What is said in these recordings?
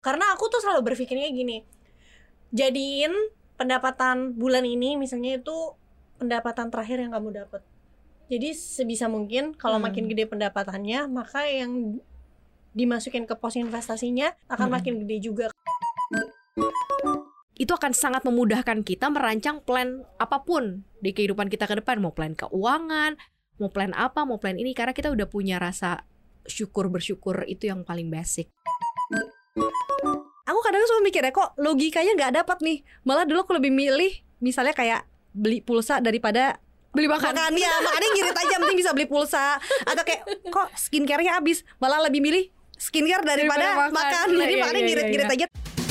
Karena aku tuh selalu berpikirnya gini, jadiin pendapatan bulan ini misalnya itu pendapatan terakhir yang kamu dapat. Jadi sebisa mungkin kalau makin gede pendapatannya, maka yang dimasukin ke pos investasinya akan makin gede juga. Itu akan sangat memudahkan kita merancang plan apapun di kehidupan kita ke depan. Mau plan keuangan, mau plan apa, mau plan ini. Karena kita udah punya rasa bersyukur itu yang paling basic. Aku kadang suka mikir kok logikanya nggak dapat nih. Malah dulu aku lebih milih misalnya kayak beli pulsa daripada beli makan. Ya makanya ngirit aja, penting bisa beli pulsa. Atau kayak kok skincare-nya habis, malah lebih milih skincare daripada makan. Jadi makanya ngirit-ngirit aja.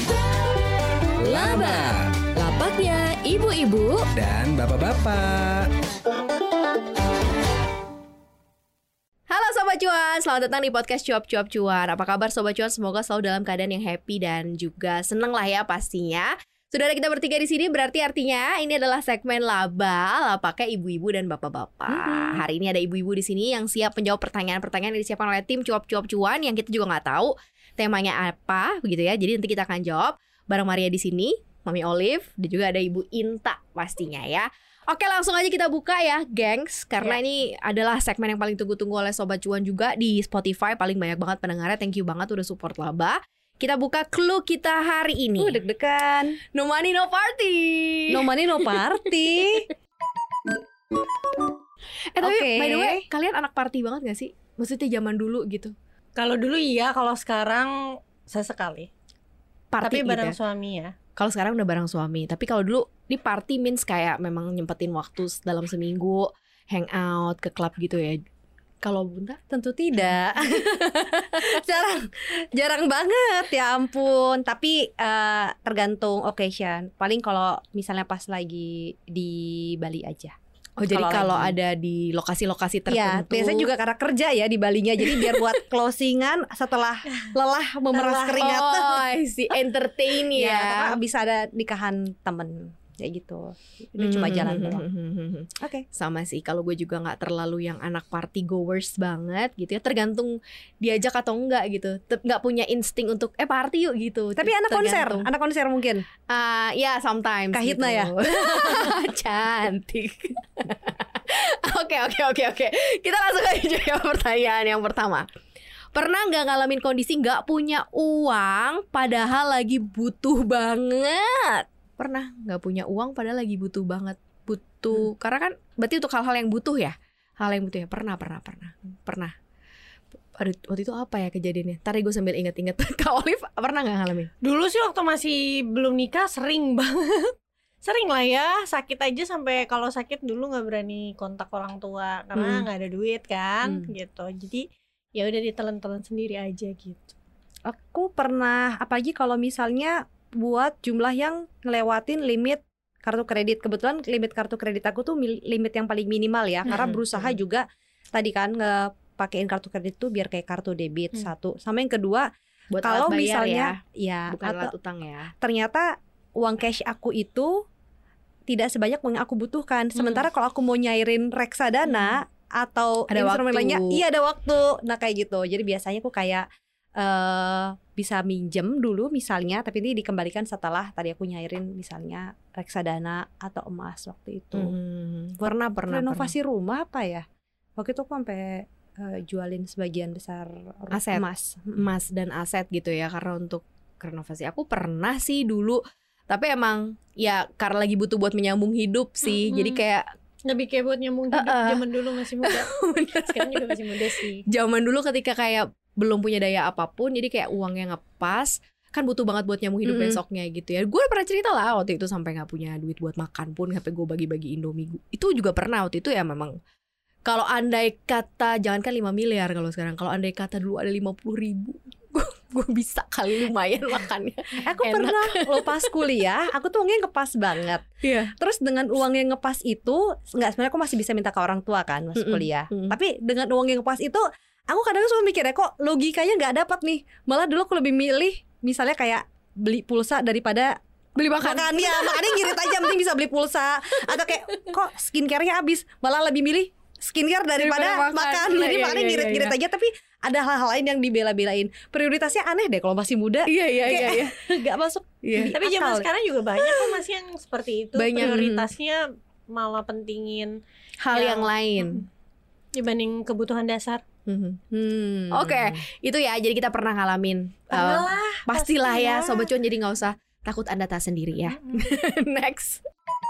Laba, lapaknya ibu-ibu dan bapak-bapak. Halo Sobat Cuan, selamat datang di podcast Cuap-Cuap Cuan. Apa kabar Sobat Cuan? Semoga selalu dalam keadaan yang happy dan juga seneng lah ya pastinya. Sudah ada kita bertiga di sini, berarti artinya ini adalah segmen Laba, lapaknya ibu-ibu dan bapak-bapak. Hari ini ada ibu-ibu di sini yang siap menjawab pertanyaan-pertanyaan yang disiapkan oleh tim Cuap-Cuap Cuan yang kita juga nggak tahu temanya apa, begitu ya. Jadi nanti kita akan jawab bareng Maria di sini, Mami Olive, dan juga ada Ibu Inta pastinya ya. Oke, langsung aja kita buka ya, gengs. Karena ini adalah segmen yang paling tunggu-tunggu oleh Sobat Cuan juga di Spotify. Paling banyak banget pendengarnya. Thank you banget udah support Laba. Kita buka clue kita hari ini. Deg-degan. No money, no party. No money, no party. Tapi Oke. by the way, kalian anak party banget gak sih? Maksudnya zaman dulu gitu. Kalau dulu iya, kalau sekarang sesekali. Party Tapi bareng gitu ya. suami ya. Kalau sekarang udah bareng suami. Tapi kalau dulu di party means kayak memang nyempetin waktu dalam seminggu, hangout ke klub gitu ya. Kalau Bunda? Tentu tidak. jarang banget, ya ampun. Tapi tergantung occasion. Paling kalau misalnya pas lagi di Bali aja. Oh, jadi kalau lagi- ada di lokasi-lokasi tertentu. Ya, biasanya juga karena kerja ya di Balinya. Jadi biar buat closingan setelah lelah memeras keringat. Oh, I see. Entertain Ya, ya. atau bisa ada nikahan temen kayak gitu. Itu cuma jalan doang. Oke. Sama sih, kalau gue juga nggak terlalu yang anak party goers banget gitu ya. Tergantung diajak atau enggak gitu. Nggak punya insting untuk party yuk gitu. Tapi anak konser mungkin. Ya sometimes. Kahitna gitu. ya? Cantik. Oke. Kita langsung aja jawab pertanyaan yang pertama. Pernah nggak ngalamin kondisi nggak punya uang padahal lagi butuh banget? Pernah nggak punya uang padahal lagi butuh banget? Karena kan berarti untuk hal-hal yang butuh ya. Hal yang butuh ya. Pernah. Aduh, waktu itu apa ya kejadiannya? Ntar gue sambil inget-inget. Kak Olive pernah nggak ngalamin? Dulu sih waktu masih belum nikah sering banget. Sering lah ya, sakit aja sampai kalau sakit dulu nggak berani kontak orang tua karena nggak ada duit kan, gitu. Jadi ya udah ditelan-telan sendiri aja gitu. Aku pernah, apalagi kalau misalnya buat jumlah yang ngelewatin limit kartu kredit. Kebetulan limit kartu kredit aku tuh limit yang paling minimal ya. Karena berusaha juga tadi kan ngepakein kartu kredit tuh biar kayak kartu debit satu. Sama yang kedua, Buat kalau alat bayar misalnya ya, bukan alat atau utang ya. ternyata uang cash aku itu tidak sebanyak yang aku butuhkan. Sementara kalau aku mau nyairin reksadana atau Ada instrumen waktu. lainnya, iya ada waktu. Nah kayak gitu. Jadi biasanya aku kayak bisa minjem dulu misalnya, tapi ini dikembalikan setelah tadi aku nyairin misalnya reksadana atau emas waktu itu. Pernah. Renovasi rumah apa ya? Waktu itu aku sampai jualin sebagian besar Aset. emas. Dan aset gitu ya, karena untuk renovasi. Aku pernah sih dulu, tapi emang ya karena lagi butuh buat menyambung hidup sih. Jadi kayak Lebih kayak buat nyambung hidup zaman dulu masih muda. Sekarang juga masih muda sih. zaman dulu ketika kayak belum punya daya apapun, jadi kayak uangnya ngepas, kan butuh banget buat nyambung hidup besoknya gitu ya. Gue pernah cerita lah waktu itu sampai nggak punya duit buat makan pun, sampai gue bagi-bagi Indomie. Itu juga pernah waktu itu ya. Memang kalau andai kata, jangankan 5 miliar kalau sekarang, kalau andai kata dulu ada 50.000, gue bisa kali lumayan makannya. Aku Enak. pernah lo pas kuliah, aku tuh uangnya ngepas banget. Iya. Terus dengan uang yang ngepas itu, nggak, sebenarnya aku masih bisa minta ke orang tua kan masih kuliah. Tapi dengan uang yang ngepas itu, aku kadang suka mikir kok logikanya nggak dapat nih. Malah dulu aku lebih milih misalnya kayak beli pulsa daripada Beli makan. Ya makanya ngirit aja, penting bisa beli pulsa. Atau kayak kok skincare-nya habis, malah lebih milih skincare daripada makan. Jadi makanya ngirit-ngirit aja, tapi ada hal-hal lain yang dibela-belain. Prioritasnya aneh deh kalau masih muda. Iya. Gak masuk. Tapi zaman sekarang juga banyak kok masih yang seperti itu. Banyak. Prioritasnya malah pentingin hal yang lain dibanding kebutuhan dasar. Oke, itu ya. Jadi kita pernah ngalamin. Pastilah ya, Sobat Cuan. Jadi nggak usah takut Anda tak sendiri ya. Next.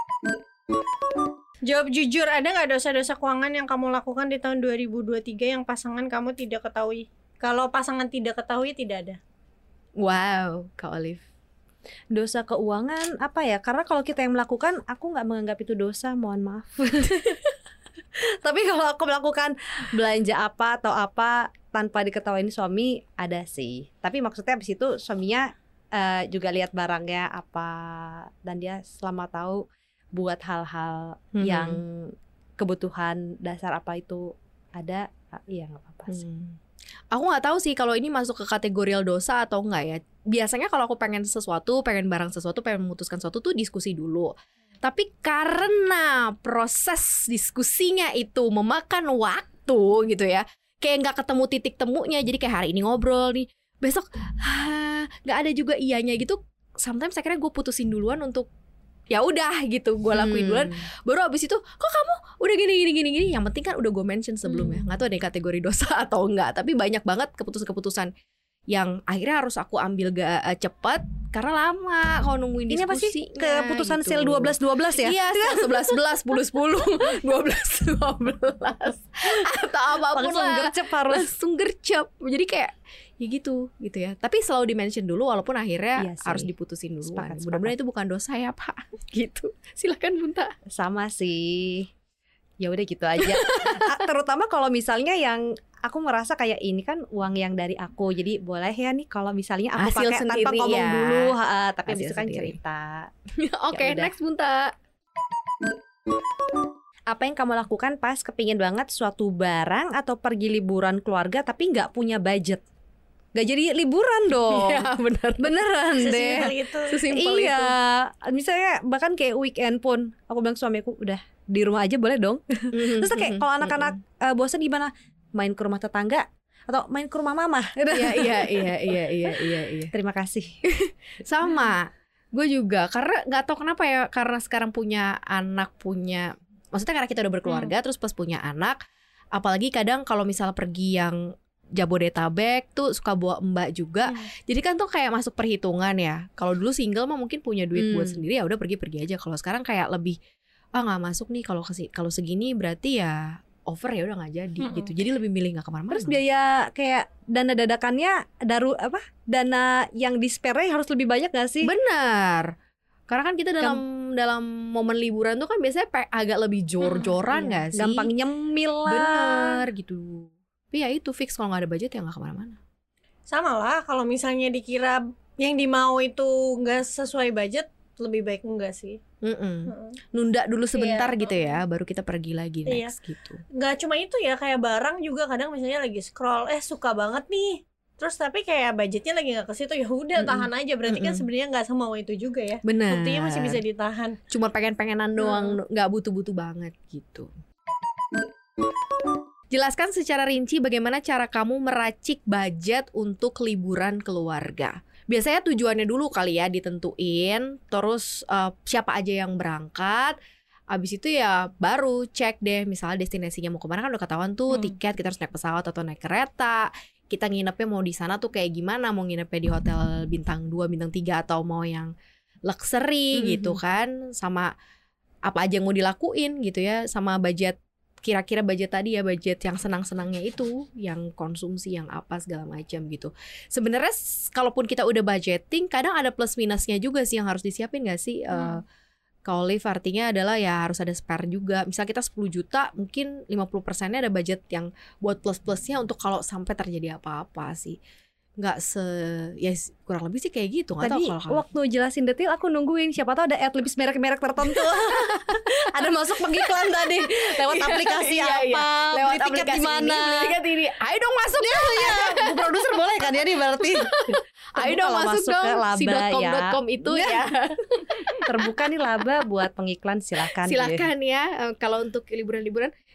Jawab jujur, ada nggak dosa-dosa keuangan yang kamu lakukan di tahun 2023 yang pasangan kamu tidak ketahui? Kalau pasangan tidak ketahui, tidak ada. Wow, Kak Olive. Dosa keuangan apa ya? Karena kalau kita yang melakukan, aku nggak menganggap itu dosa, mohon maaf. Tapi kalau aku melakukan belanja apa atau apa tanpa diketahui suami, ada sih. Tapi maksudnya abis itu suaminya juga lihat barangnya apa, dan dia selama tahu buat hal-hal yang kebutuhan dasar apa itu ada, iya nggak apa-apa sih. Aku nggak tahu sih kalau ini masuk ke kategori dosa atau enggak ya. Biasanya kalau aku pengen sesuatu, pengen barang sesuatu, pengen memutuskan sesuatu tuh diskusi dulu. Tapi karena proses diskusinya itu memakan waktu gitu ya, kayak nggak ketemu titik temunya. Jadi kayak hari ini ngobrol nih, besok nggak ada juga iyanya gitu. Sometimes akhirnya gue putusin duluan untuk ya udah gitu, gue lakuin duluan. Baru abis itu, kok kamu udah gini. Yang penting kan udah gue mention sebelumnya. Nggak tahu ada kategori dosa atau enggak. Tapi banyak banget keputusan-keputusan yang akhirnya harus aku ambil gak cepat karena lama kalau nungguin diskusinya. Ini apa sih keputusan gitu. Sale 12-12 ya? Iya, sale 11-11, 10-10, 12-12 atau apapun lah, langsung gercep. Jadi kayak ya gitu ya. Tapi selalu di-mention dulu walaupun akhirnya harus diputusin duluan. Mudah-mudahan itu bukan dosa ya Pak. Gitu. Silakan Bunta. Sama sih. Ya udah gitu aja. Terutama kalau misalnya yang aku merasa kayak ini kan uang yang dari aku, jadi boleh ya nih kalau misalnya aku pakai tanpa ngomong ya dulu, tapi habis itu kan cerita. Oke, next Bunta. Apa yang kamu lakukan pas kepingin banget suatu barang atau pergi liburan keluarga tapi nggak punya budget? Gak jadi liburan dong. Iya beneran deh. Sesimpel itu. Misalnya bahkan kayak weekend pun aku bilang suamiku udah di rumah aja boleh dong. Terus kayak kalau anak-anak bosan gimana? Main ke rumah tetangga atau main ke rumah mama. Iya. Terima kasih. Sama. Gue juga karena nggak tahu kenapa ya, karena sekarang punya anak, maksudnya karena kita udah berkeluarga terus pas punya anak, apalagi kadang kalau misal pergi yang Jabodetabek tuh suka bawa mbak juga. Jadi kan tuh kayak masuk perhitungan ya. Kalau dulu single mah mungkin punya duit buat sendiri, ya udah pergi aja. Kalau sekarang kayak lebih nggak masuk nih, kalau segini berarti ya over, ya udah nggak jadi gitu. Jadi lebih milih nggak kemana-mana. Terus biaya kayak dana dadakannya, dana yang di spare harus lebih banyak nggak sih? Benar. Karena kan kita dalam momen liburan tuh kan biasanya agak lebih jor-joran nggak sih? Gampang nyemil lah. Benar gitu. Tapi ya itu fix, kalau nggak ada budget ya nggak kemana-mana. Sama lah, kalau misalnya dikira yang dimau itu nggak sesuai budget, lebih baik enggak sih. Nunda dulu sebentar gitu ya, baru kita pergi lagi next gitu. Nggak cuma itu ya, kayak barang juga kadang misalnya lagi scroll, suka banget nih, terus tapi kayak budgetnya lagi nggak ke situ, ya udah tahan aja. Berarti kan sebenarnya nggak semau itu juga ya. Benar. Buktinya masih bisa ditahan. Cuma pengen-pengenan doang, nggak butuh-butuh banget gitu. Jelaskan secara rinci bagaimana cara kamu meracik budget untuk liburan keluarga. Biasanya tujuannya dulu kali ya ditentuin, terus siapa aja yang berangkat. Abis itu ya baru cek deh, misalnya destinasinya mau kemana kan udah ketahuan tuh tiket, kita harus naik pesawat atau naik kereta. Kita nginepnya mau di sana tuh kayak gimana, mau nginepnya di hotel bintang 2, bintang 3 atau mau yang luxury gitu kan. Sama apa aja yang mau dilakuin gitu ya, sama budget. Kira-kira budget tadi ya, budget yang senang-senangnya itu, yang konsumsi, yang apa segala macam gitu. Sebenarnya kalaupun kita udah budgeting, kadang ada plus minusnya juga sih yang harus disiapin gak sih? Kalau live artinya adalah ya harus ada spare juga. Misal kita 10 juta, mungkin 50%-nya ada budget yang buat plus-plusnya untuk kalau sampai terjadi apa-apa sih. Nggak ya kurang lebih sih kayak gitu. Nggak tadi tahu kalau waktu jelasin detail aku nungguin siapa tahu ada adlibs merek-merek tertentu. Ada masuk pengiklan tadi lewat aplikasi apa, lewat beli tiket di mana, beli tiket ini, ayo dong masuk ya. Bu produser boleh kan ya nih berarti. Ayo dong masuk dong ke laba, si .com itu ya. Terbuka nih laba buat pengiklan, silakan ya. Kalau untuk liburan-liburan,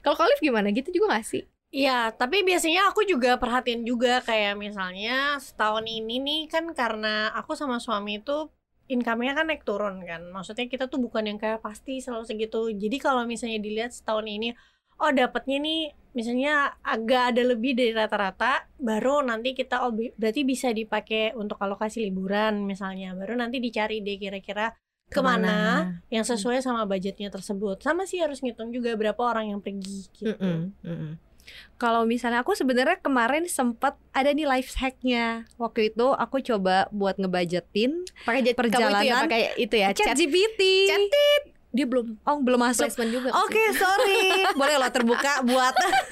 Kalau Khalif gimana? Gitu juga gak sih? Iya, tapi biasanya aku juga perhatiin juga kayak misalnya setahun ini nih kan karena aku sama suami itu income-nya kan naik turun kan. Maksudnya kita tuh bukan yang kayak pasti selalu segitu. Jadi kalau misalnya dilihat setahun ini, oh dapatnya nih misalnya agak ada lebih dari rata-rata, baru nanti kita berarti bisa dipakai untuk alokasi liburan misalnya. Baru nanti dicari deh kira-kira kemana yang sesuai sama budgetnya tersebut. Sama sih harus ngitung juga berapa orang yang pergi gitu. Kalau misalnya aku sebenarnya kemarin sempat ada nih life hack-nya. Waktu itu aku coba buat ngebudgetin pakai perjalanan itu ya ChatGPT. Dia belum masuk. Placement juga. Oke, sorry. Boleh lo terbuka buat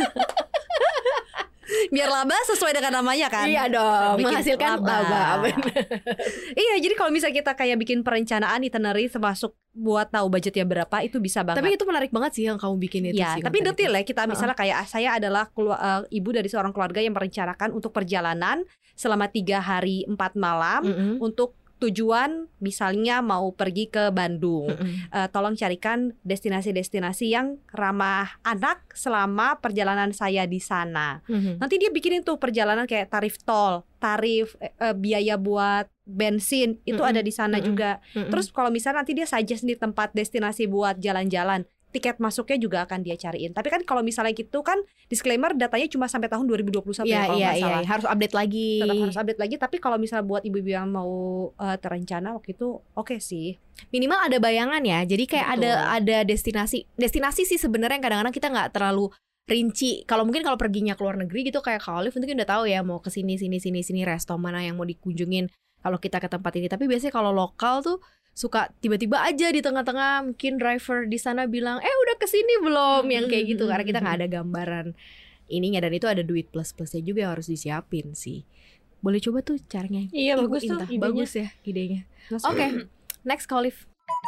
biar laba sesuai dengan namanya kan. Iya dong, Bikin menghasilkan laba. Iya, jadi kalau misalnya kita kayak bikin perencanaan itinerary termasuk buat tahu budgetnya berapa, itu bisa banget. Tapi itu menarik banget sih yang kamu bikin itu ya, sih. tapi detail ya. Kita misalnya kayak saya adalah ibu dari seorang keluarga yang merencanakan untuk perjalanan selama 3 hari 4 malam untuk tujuan misalnya mau pergi ke Bandung. Tolong carikan destinasi-destinasi yang ramah anak selama perjalanan saya di sana. Nanti dia bikinin tuh perjalanan kayak tarif tol, tarif biaya buat bensin itu ada di sana juga. Terus kalau misalnya nanti dia suggest nih tempat destinasi buat jalan-jalan, tiket masuknya juga akan dia cariin. Tapi kan kalau misalnya gitu kan disclaimer datanya cuma sampai tahun 2021 ya kalau nggak salah. Harus update lagi. Tetap harus update lagi. Tapi kalau misalnya buat ibu-ibu yang mau terencana waktu itu oke sih. Minimal ada bayangan ya. Jadi kayak ada destinasi sih sebenarnya yang kadang-kadang kita nggak terlalu rinci. Kalau mungkin kalau perginya ke luar negeri gitu kayak Khalif mungkin udah tahu ya mau ke sini resto mana yang mau dikunjungin kalau kita ke tempat ini. Tapi biasanya kalau lokal tuh suka tiba-tiba aja di tengah-tengah mungkin driver di sana bilang udah kesini belum yang kayak gitu karena kita nggak ada gambaran ininya dan itu ada duit plus-plusnya juga yang harus disiapin sih. Boleh coba tuh caranya. Iya bagus tuh idenya. Bagus ya idenya. Oke. Next Khalif.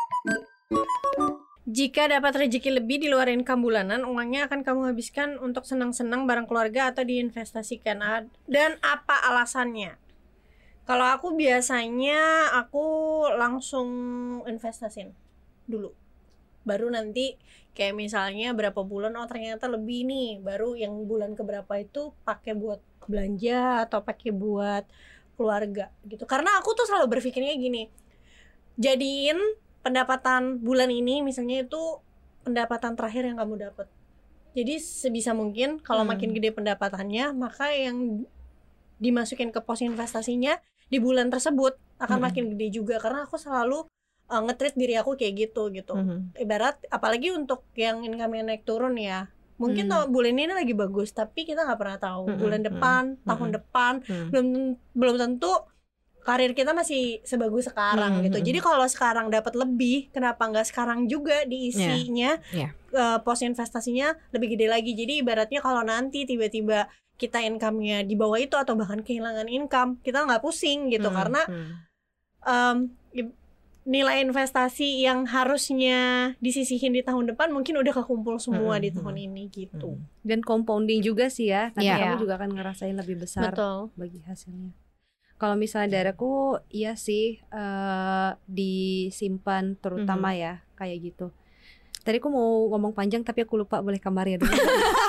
Jika dapat rezeki lebih di luar income bulanan, uangnya akan kamu habiskan untuk senang-senang bareng keluarga atau diinvestasikan. Dan apa alasannya? Kalau aku biasanya aku langsung investasin dulu. Baru nanti kayak misalnya berapa bulan ternyata lebih nih, baru yang bulan keberapa itu pakai buat belanja atau pakai buat keluarga gitu. Karena aku tuh selalu berpikirnya gini. Jadiin pendapatan bulan ini misalnya itu pendapatan terakhir yang kamu dapat. Jadi sebisa mungkin kalau makin gede pendapatannya, maka yang dimasukin ke pos investasinya di bulan tersebut akan makin gede juga. Karena aku selalu nge-treat diri aku kayak gitu. Ibarat apalagi untuk yang income-nya naik turun ya, mungkin bulan ini lagi bagus tapi kita nggak pernah tahu bulan depan, tahun depan belum tentu karir kita masih sebagus sekarang gitu. Jadi kalau sekarang dapat lebih, kenapa nggak sekarang juga diisinya pos investasinya lebih gede lagi. Jadi ibaratnya kalau nanti tiba-tiba kita income-nya di bawah itu atau bahkan kehilangan income, kita nggak pusing gitu karena nilai investasi yang harusnya disisihin di tahun depan mungkin udah kekumpul semua di tahun ini gitu. Dan compounding juga sih ya, nanti kamu juga akan ngerasain lebih besar. Betul. Bagi hasilnya. Kalau misalnya dari aku, iya sih disimpan terutama ya kayak gitu. Tadi aku mau ngomong panjang tapi aku lupa, boleh kamarnya dulu.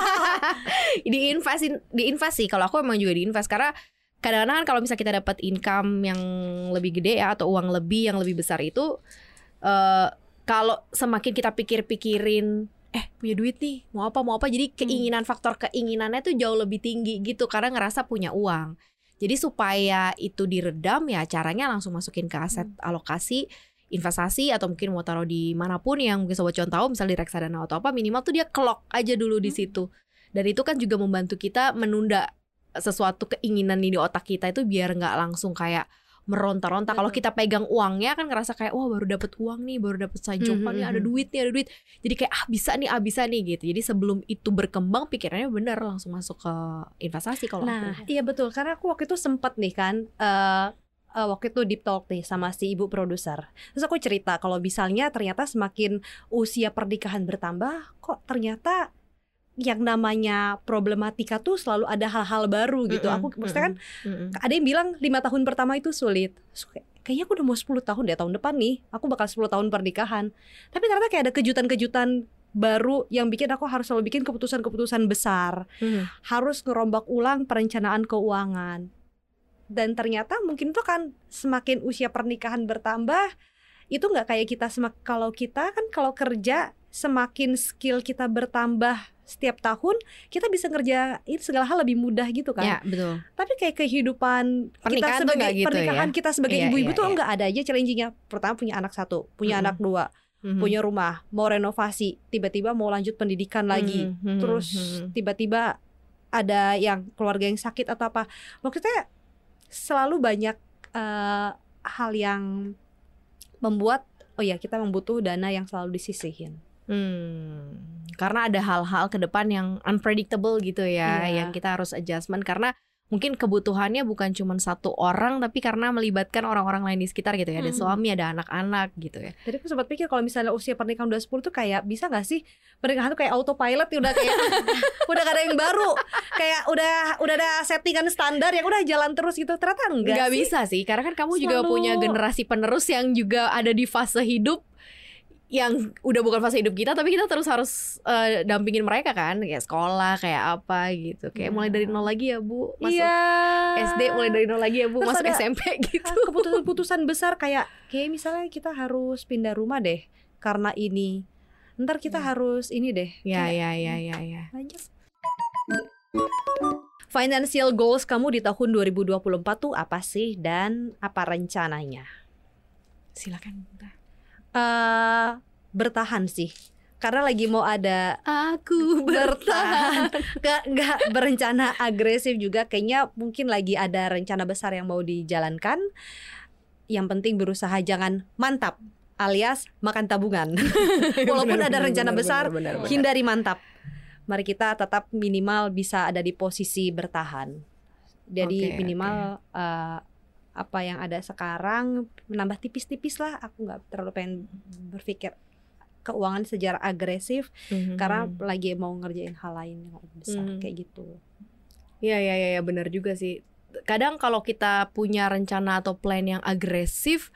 Diinvest sih. Kalau aku emang juga diinvest karena kadang-kadang kan kalau misalnya kita dapat income yang lebih gede ya atau uang lebih yang lebih besar itu kalau semakin kita pikirin punya duit nih mau apa jadi faktor keinginannya tuh jauh lebih tinggi gitu karena ngerasa punya uang. Jadi supaya itu diredam ya caranya langsung masukin ke aset alokasi investasi atau mungkin mau taruh di manapun yang mungkin Sobat Cuan tahu, misalnya di reksadana atau apa, minimal tuh dia kelok aja dulu di situ. Dan itu kan juga membantu kita menunda sesuatu keinginan di otak kita itu biar nggak langsung kayak meronta-ronta. Kalau kita pegang uangnya kan ngerasa kayak wah baru dapat uang nih, baru dapat sajokan nih, ada duit. Jadi kayak bisa nih gitu. Jadi sebelum itu berkembang pikirannya bener langsung masuk ke investasi kalau aku. Iya betul, karena aku waktu itu sempet nih kan waktu itu deep talk nih sama si ibu produser. Terus aku cerita kalau misalnya ternyata semakin usia pernikahan bertambah, kok ternyata yang namanya problematika tuh selalu ada hal-hal baru gitu. Aku maksudnya kan ada yang bilang 5 tahun pertama itu sulit. Kayaknya aku udah mau 10 tahun deh tahun depan nih. Aku bakal 10 tahun pernikahan. Tapi ternyata kayak ada kejutan-kejutan baru yang bikin aku harus selalu bikin keputusan-keputusan besar, harus ngerombak ulang perencanaan keuangan. Dan ternyata mungkin tuh kan semakin usia pernikahan bertambah, itu nggak kayak kita kalau kita kan kalau kerja semakin skill kita bertambah setiap tahun, kita bisa ngerjain segala hal lebih mudah gitu kan. Ya, betul. Tapi kayak kehidupan Pernikahan kita sebagai gitu pernikahan ya? kita sebagai Iya, ibu-ibu iya, tuh iya. enggak ada aja challenging-nya. Pertama punya anak 1, punya anak 2, punya rumah, mau renovasi, tiba-tiba mau lanjut pendidikan lagi, terus tiba-tiba ada yang keluarga yang sakit atau apa. Maksudnya selalu banyak hal yang membuat oh ya kita membutuh dana yang selalu disisihin. Karena ada hal-hal ke depan yang unpredictable gitu ya, Iya. yang kita harus adjustment karena mungkin kebutuhannya bukan cuma satu orang, tapi karena melibatkan orang-orang lain di sekitar gitu ya. Ada suami, ada anak-anak gitu ya. Jadi aku sempat pikir kalau misalnya usia pernikahan udah 10 tuh kayak bisa gak sih pernikahan tuh kayak autopilot udah kayak udah gak ada yang baru, kayak udah ada settingan standar yang udah jalan terus gitu. Ternyata enggak Nggak sih. bisa sih, karena kan kamu juga Selalu- punya generasi penerus yang juga ada di fase hidup yang udah bukan fase hidup kita, tapi kita terus harus dampingin mereka kan, kayak sekolah, kayak apa gitu, kayak mulai dari nol lagi ya Bu, masuk Iya. SD mulai dari nol lagi ya Bu, Terus masuk ada- SMP gitu. Keputusan-keputusan besar kayak misalnya kita harus pindah rumah deh karena ini. Ntar kita harus ini deh. Ya Kayak ya. banyak. Financial goals kamu di tahun 2024 tuh apa sih dan apa rencananya? Silakan. Bunda. Bertahan sih. Karena lagi mau ada Aku bertahan. Gak berencana agresif juga. Kayaknya mungkin lagi ada rencana besar yang mau dijalankan. Yang penting berusaha jangan mantap alias makan tabungan. Walaupun ada rencana besar, hindari mantap. Mari kita tetap minimal bisa ada di posisi bertahan. Jadi Oke, minimal apa yang ada sekarang menambah tipis-tipis lah. Aku nggak terlalu pengen berpikir keuangan secara agresif karena lagi mau ngerjain hal lain yang lebih besar kayak gitu. Iya benar juga sih. Kadang kalau kita punya rencana atau plan yang agresif,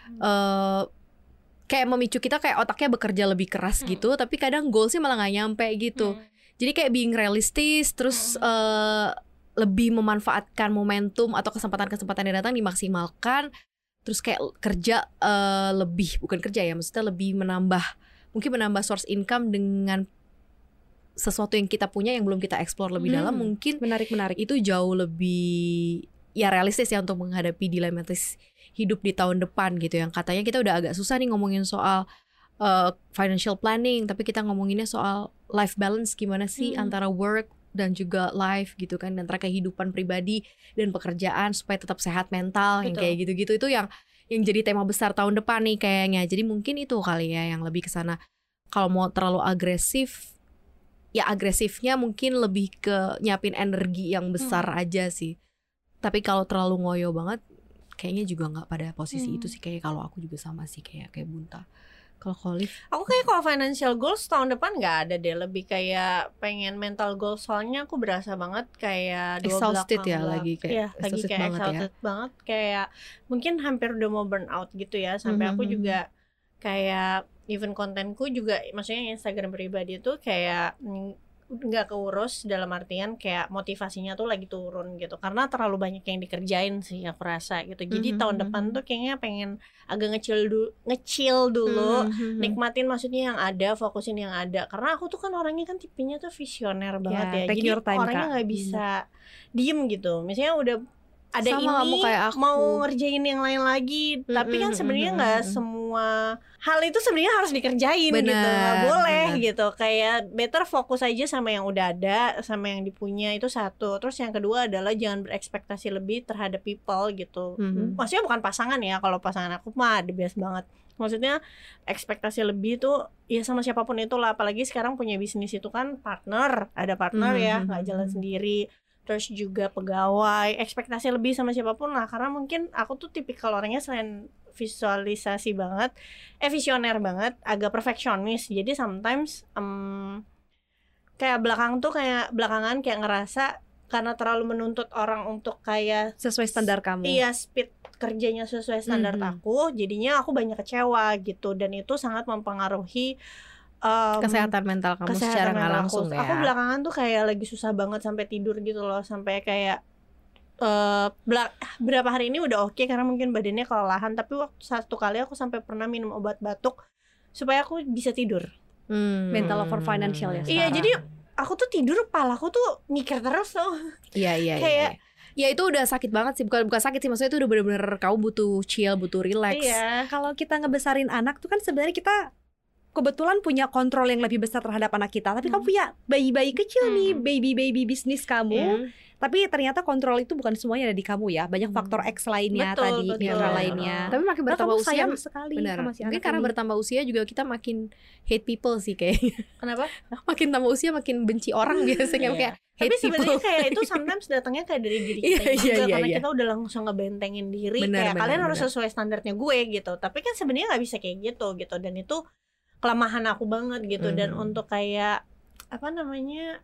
kayak memicu kita kayak otaknya bekerja lebih keras gitu, tapi kadang goalsnya malah nggak nyampe gitu. Jadi kayak being realistis, terus lebih memanfaatkan momentum atau kesempatan-kesempatan yang datang dimaksimalkan, terus kayak kerja bukan kerja ya, maksudnya lebih mungkin menambah source income dengan sesuatu yang kita punya yang belum kita explore lebih dalam, mungkin Menarik. itu jauh lebih ya realistis ya untuk menghadapi dilematis hidup di tahun depan gitu. Yang katanya kita udah agak susah nih ngomongin soal financial planning, tapi kita ngomonginnya soal life balance, gimana sih antara work dan juga life gitu kan, antara kehidupan pribadi dan pekerjaan supaya tetap sehat mental. Yang kayak gitu-gitu itu yang jadi tema besar tahun depan nih kayaknya. Jadi mungkin itu kali ya yang lebih kesana. Kalau mau terlalu agresif, ya agresifnya mungkin lebih ke nyiapin energi yang besar aja sih. Tapi kalau terlalu ngoyo banget, kayaknya juga nggak pada posisi itu sih. Kayak kalau aku juga sama sih kayak Bunta. Kalau Khalif, Aku kayak kalau financial goals tahun depan nggak ada deh, lebih kayak pengen mental goals, soalnya aku berasa banget kayak exhausted ya, lagi kayak iya, lagi exhausted kayak banget ya. exhausted banget, kayak mungkin hampir udah mau burn out gitu ya, sampai aku juga kayak even kontenku juga, maksudnya Instagram pribadi tuh kayak nggak keurus, dalam artian kayak motivasinya tuh lagi turun gitu karena terlalu banyak yang dikerjain sih aku rasa gitu. Jadi tahun depan tuh kayaknya pengen agak ngecil dulu, nikmatin maksudnya yang ada, fokusin yang ada, karena aku tuh kan orangnya kan tipenya tuh visioner banget ya, take jadi your time, orangnya Kak. nggak bisa diem gitu. Misalnya udah ada Sama, ini kamu kayak aku. mau ngerjain yang lain lagi, tapi kan sebenarnya nggak semua hal itu sebenarnya harus dikerjain gitu, nggak boleh gitu. Kayak better fokus aja sama yang udah ada, sama yang dipunya, itu satu. Terus yang kedua adalah jangan berekspektasi lebih terhadap people gitu. Maksudnya bukan pasangan ya, kalau pasangan aku mah the best banget. Maksudnya ekspektasi lebih tuh ya sama siapapun itulah, apalagi sekarang punya bisnis itu kan partner, ada partner ya, nggak jalan sendiri. Terus juga pegawai, ekspektasi lebih sama siapapun lah. Karena mungkin aku tuh tipikal orangnya selain visualisasi banget, visioner banget, agak perfeksionis. Jadi sometimes kayak belakangan kayak ngerasa karena terlalu menuntut orang untuk kayak Sesuai standar kamu. iya, speed kerjanya sesuai standar aku, jadinya aku banyak kecewa gitu, dan itu sangat mempengaruhi kesehatan mental kamu secara nggak mental langsung ya. Aku belakangan tuh kayak lagi susah banget sampai tidur gitu loh, sampai kayak berapa hari ini udah oke karena mungkin badannya kelelahan, tapi waktu satu kali aku sampai pernah minum obat batuk supaya aku bisa tidur. Mental over financial ya Iya, sekarang. jadi aku tuh tidur, palaku tuh mikir terus tuh. Iya. Kayak- Ya itu udah sakit banget sih, bukan sakit sih, maksudnya itu udah bener-bener kamu butuh chill, butuh relax. Iya. Kalau kita ngebesarin anak tuh kan sebenarnya kita kebetulan punya kontrol yang lebih besar terhadap anak kita. Tapi kamu punya bayi-bayi kecil nih, baby bisnis kamu. Tapi ternyata kontrol itu bukan semuanya ada di kamu ya. Banyak faktor X lainnya tadi, Betul. mitra lainnya. Tapi makin Nah, bertambah kamu usia, sayang sekali benar. sama si Mungkin anak karena ini. bertambah usia juga kita makin hate people sih kayaknya. Kenapa? Makin tambah usia makin benci orang biasanya kayak Tapi hate sebenarnya people. kayak itu sometimes datangnya kayak dari diri kita Iya, juga, iya, karena iya. kita udah langsung ngebentengin diri. Benar, Kayak benar, kalian harus benar. sesuai standarnya gue gitu. Tapi kan sebenarnya nggak bisa kayak gitu. Dan itu kelemahan aku banget gitu. Dan untuk kayak apa namanya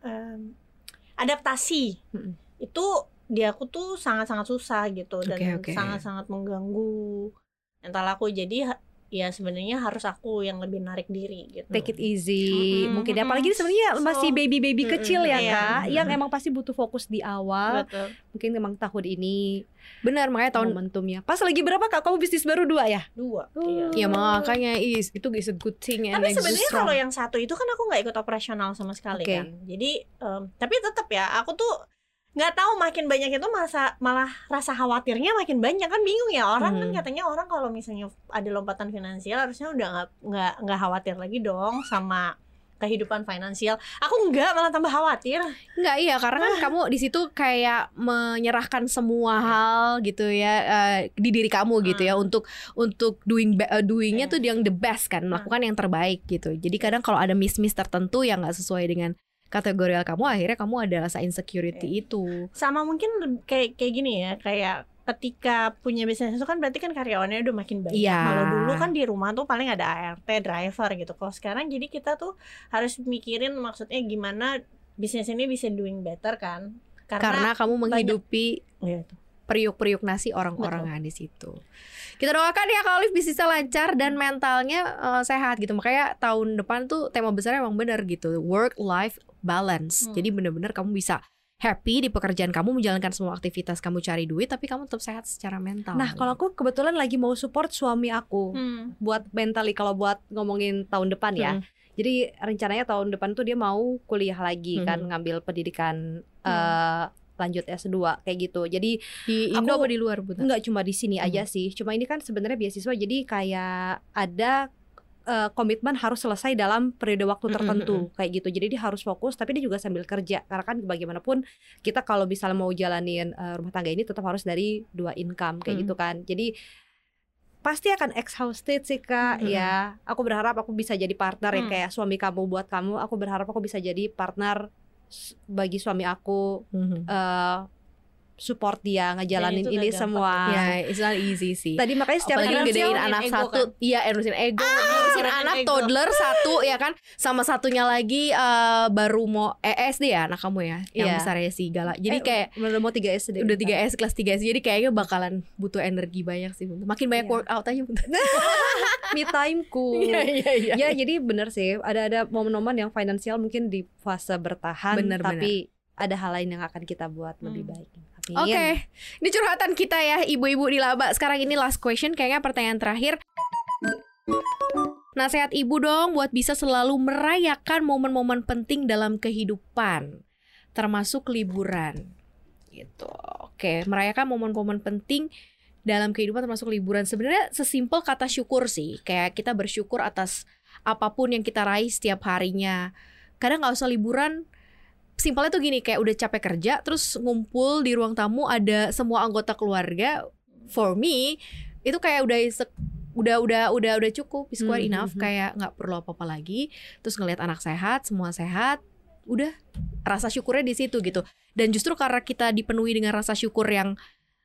adaptasi itu di aku tuh sangat-sangat susah gitu, dan Oke. sangat-sangat mengganggu mental aku. Jadi ya sebenarnya harus aku yang lebih narik diri gitu. Take it easy, mungkin ya. Apalagi sebenarnya So, masih baby kecil ya iya. Kak, yang emang pasti butuh fokus di awal. Betul. Mungkin emang tahun ini Benar, makanya tahun momentumnya. Pas lagi berapa Kak? Kamu bisnis baru 2 ya? 2. ya makanya itu is a good thing and Tapi it's sebenarnya strong. kalau yang satu itu kan aku nggak ikut operasional sama sekali Oke. kan. Jadi tapi tetap ya aku tuh nggak tahu, makin banyak itu malah rasa khawatirnya makin banyak kan. Bingung ya orang kan, katanya orang kalau misalnya ada lompatan finansial harusnya udah nggak khawatir lagi dong sama kehidupan finansial. Aku malah tambah khawatir. Enggak, iya, karena kan kamu di situ kayak menyerahkan semua hal gitu ya di diri kamu gitu ya, untuk doingnya tuh yang the best kan, melakukan yang terbaik gitu. Jadi kadang kalau ada miss tertentu yang nggak sesuai dengan kategorial kamu, akhirnya kamu ada rasa insecurity itu. Sama mungkin kayak gini ya, kayak ketika punya bisnis itu kan berarti kan karyawannya udah makin banyak. Iya. Kalau dulu kan di rumah tuh paling ada ART, driver gitu. Kalau sekarang jadi kita tuh harus mikirin maksudnya gimana bisnis ini bisa doing better kan. Karena kamu menghidupi Iya, tuh. periuk-periuk nasi orang-orang yang di situ. Kita doakan ya kalau Olive bisnisnya lancar dan mentalnya sehat gitu. Makanya tahun depan tuh tema besarnya emang bener gitu, work life balance. Jadi bener-bener kamu bisa happy di pekerjaan kamu, menjalankan semua aktivitas kamu, cari duit, tapi kamu tetap sehat secara mental. Nah, kalau aku kebetulan lagi mau support suami aku buat mentally, kalau buat ngomongin tahun depan ya. Jadi rencananya tahun depan tuh dia mau kuliah lagi kan, ngambil pendidikan lanjut S2 kayak gitu. Jadi di Indo apa di luar, Bu? Enggak cuma di sini aja sih. Cuma ini kan sebenarnya beasiswa, jadi kayak ada komitmen harus selesai dalam periode waktu tertentu kayak gitu. Jadi dia harus fokus, tapi dia juga sambil kerja. Karena kan bagaimanapun kita kalau misalnya mau jalanin rumah tangga ini tetap harus dari 2 income kayak gitu kan. Jadi pasti akan exhausted sih Kak. Ya, aku berharap aku bisa jadi partner yang kayak suami kamu buat kamu. Aku berharap aku bisa jadi partner bagi suami aku, support dia ngejalanin itu ini gak semua. Ya, it's not easy sih. Tadi makanya setiap Apalagi hari gedein finansial anak ego satu, iya, ngurusin ego, ngurusin ngurusin anak ego. toddler satu ya kan, sama satunya lagi baru mau SD ya anak kamu ya, yang Iya. besarnya si Gala. Jadi kayak udah mau 3 SD. udah 3S, kelas 3S, jadi kayaknya bakalan butuh energi banyak sih. Makin banyak Iya. workout aja. Me timeku. Iya. Ya jadi bener sih, ada momen-momen yang finansial mungkin di fase bertahan, Bener, tapi ada hal lain yang akan kita buat lebih baik. Amin. Oke, ini curhatan kita ya ibu-ibu di Laba. Sekarang ini last question, kayaknya pertanyaan terakhir. Nasihat ibu dong buat bisa selalu merayakan momen-momen penting dalam kehidupan, termasuk liburan gitu. Oke, merayakan momen-momen penting dalam kehidupan termasuk liburan. Sebenarnya sesimpel kata syukur sih. Kayak kita bersyukur atas apapun yang kita raih setiap harinya. Kadang gak usah liburan, simpelnya tuh gini, kayak udah capek kerja terus ngumpul di ruang tamu ada semua anggota keluarga. For me itu kayak udah cukup, is quite enough. Kayak nggak perlu apa-apa lagi. Terus ngelihat anak sehat, semua sehat, udah rasa syukurnya di situ gitu. Dan justru karena kita dipenuhi dengan rasa syukur yang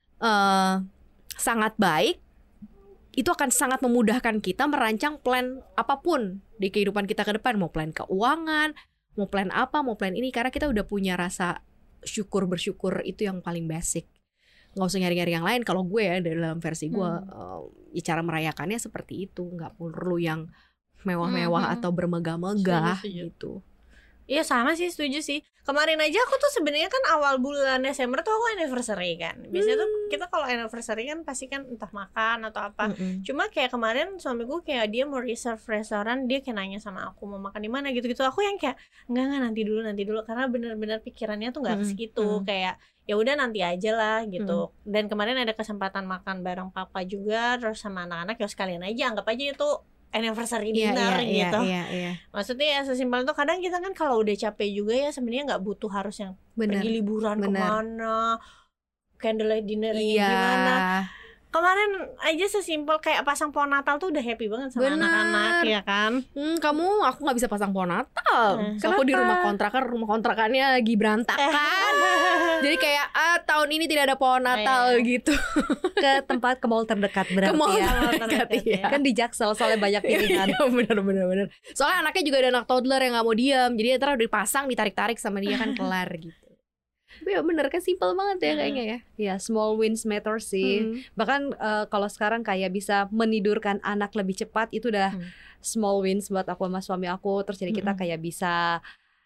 sangat baik, itu akan sangat memudahkan kita merancang plan apapun di kehidupan kita ke depan. Mau plan keuangan, mau plan apa, mau plan ini, karena kita udah punya rasa bersyukur itu yang paling basic. Nggak usah nyari-nyari yang lain. Kalau gue ya, dalam versi gue ya cara merayakannya seperti itu. Nggak perlu yang mewah-mewah atau bermegah-megah Setuju. gitu. Iya sama sih, setuju sih. Kemarin aja aku tuh sebenarnya kan awal bulan Desember tuh aku anniversary kan. Biasanya tuh kita kalau anniversary kan pasti kan entah makan atau apa. Cuma kayak kemarin suamiku kayak dia mau reserve restoran, dia kayak nanya sama aku mau makan di mana gitu-gitu. Aku yang kayak enggak nanti dulu karena benar-benar pikirannya tuh nggak ke situ. Kayak ya udah nanti aja lah gitu. Dan kemarin ada kesempatan makan bareng papa juga terus sama anak-anak, ya sekalian aja anggap aja itu anniversary dinner gitu. Iya. Maksudnya ya sesimpel itu, kadang kita kan kalau udah capek juga ya sebenarnya nggak butuh harus yang Bener. pergi liburan kemana, candlelight dinner Iya. gimana. Kemarin aja sesimpel kayak pasang pohon Natal tuh udah happy banget sama Bener. anak-anak ya kan. Aku nggak bisa pasang pohon Natal. So, aku di rumah kontrakannya lagi berantakan. Jadi kayak tahun ini tidak ada pohon Natal gitu. Ke mall terdekat berarti Ke mall ya. terdekat, iya. Kan di Jaksel soalnya banyak pilihan. Bener. Soalnya anaknya juga ada anak toddler yang nggak mau diam. Jadi ntar udah dipasang, ditarik-tarik sama dia kan kelar gitu. Tapi ya bener kan, simple banget ya kayaknya ya. Ya, small wins matter sih. Bahkan kalau sekarang kayak bisa menidurkan anak lebih cepat itu udah small wins buat aku sama suami aku. Terus jadi kita kayak bisa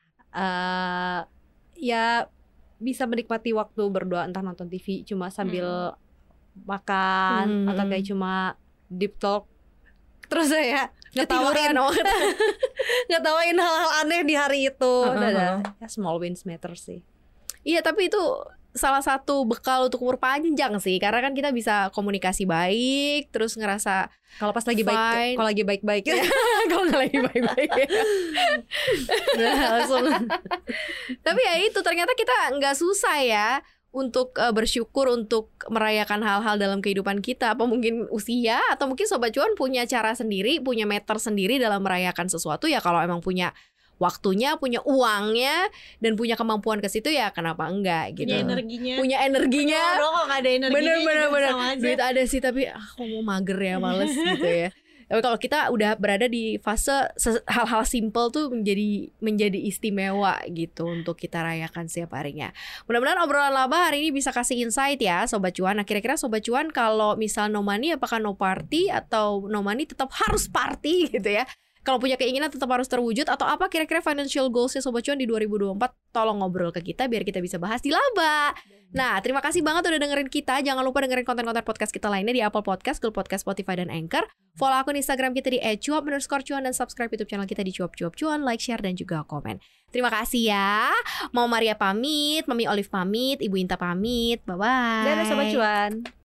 ya bisa menikmati waktu berdua, entah nonton TV cuma sambil makan atau kayak cuma deep talk. Terus ya ngetawain hal-hal aneh di hari itu. Udah ya, small wins matter sih. Iya, tapi itu salah satu bekal untuk umur panjang sih, karena kan kita bisa komunikasi baik, terus ngerasa kalau pas lagi baik, kalau lagi baik-baik kalau nggak lagi baik-baik langsung. Tapi ya itu ternyata kita nggak susah ya untuk bersyukur, untuk merayakan hal-hal dalam kehidupan kita. Apa mungkin usia, atau mungkin Sobat Cuan punya cara sendiri, punya meter sendiri dalam merayakan sesuatu. Ya kalau emang punya waktunya, punya uangnya, dan punya kemampuan ke situ, ya kenapa enggak gitu. Punya energinya. Kalau nggak ada energinya Bener. Duit ada sih, tapi aku mau mager ya, males gitu ya. Tapi kalau kita udah berada di fase hal-hal simple tuh menjadi istimewa gitu untuk kita rayakan setiap harinya. Mudah-mudahan obrolan laba hari ini bisa kasih insight ya Sobat Cuan. Nah, kira-kira Sobat Cuan kalau misal no money, apakah no party atau no money tetap harus party gitu ya? Kalau punya keinginan tetap harus terwujud, atau apa kira-kira financial goals-nya Sobat Cuan di 2024? Tolong ngobrol ke kita biar kita bisa bahas di Laba. Nah, terima kasih banget udah dengerin kita. Jangan lupa dengerin konten-konten podcast kita lainnya di Apple Podcast, Google Podcast, Spotify, dan Anchor. Follow akun Instagram kita di @cuap_cuan dan subscribe YouTube channel kita di cuap-cuap-cuan, like, share, dan juga komen. Terima kasih ya. Mau Maria pamit, Mami Olive pamit, Ibu Inta pamit. Bye-bye. Dadah Sobat Cuan.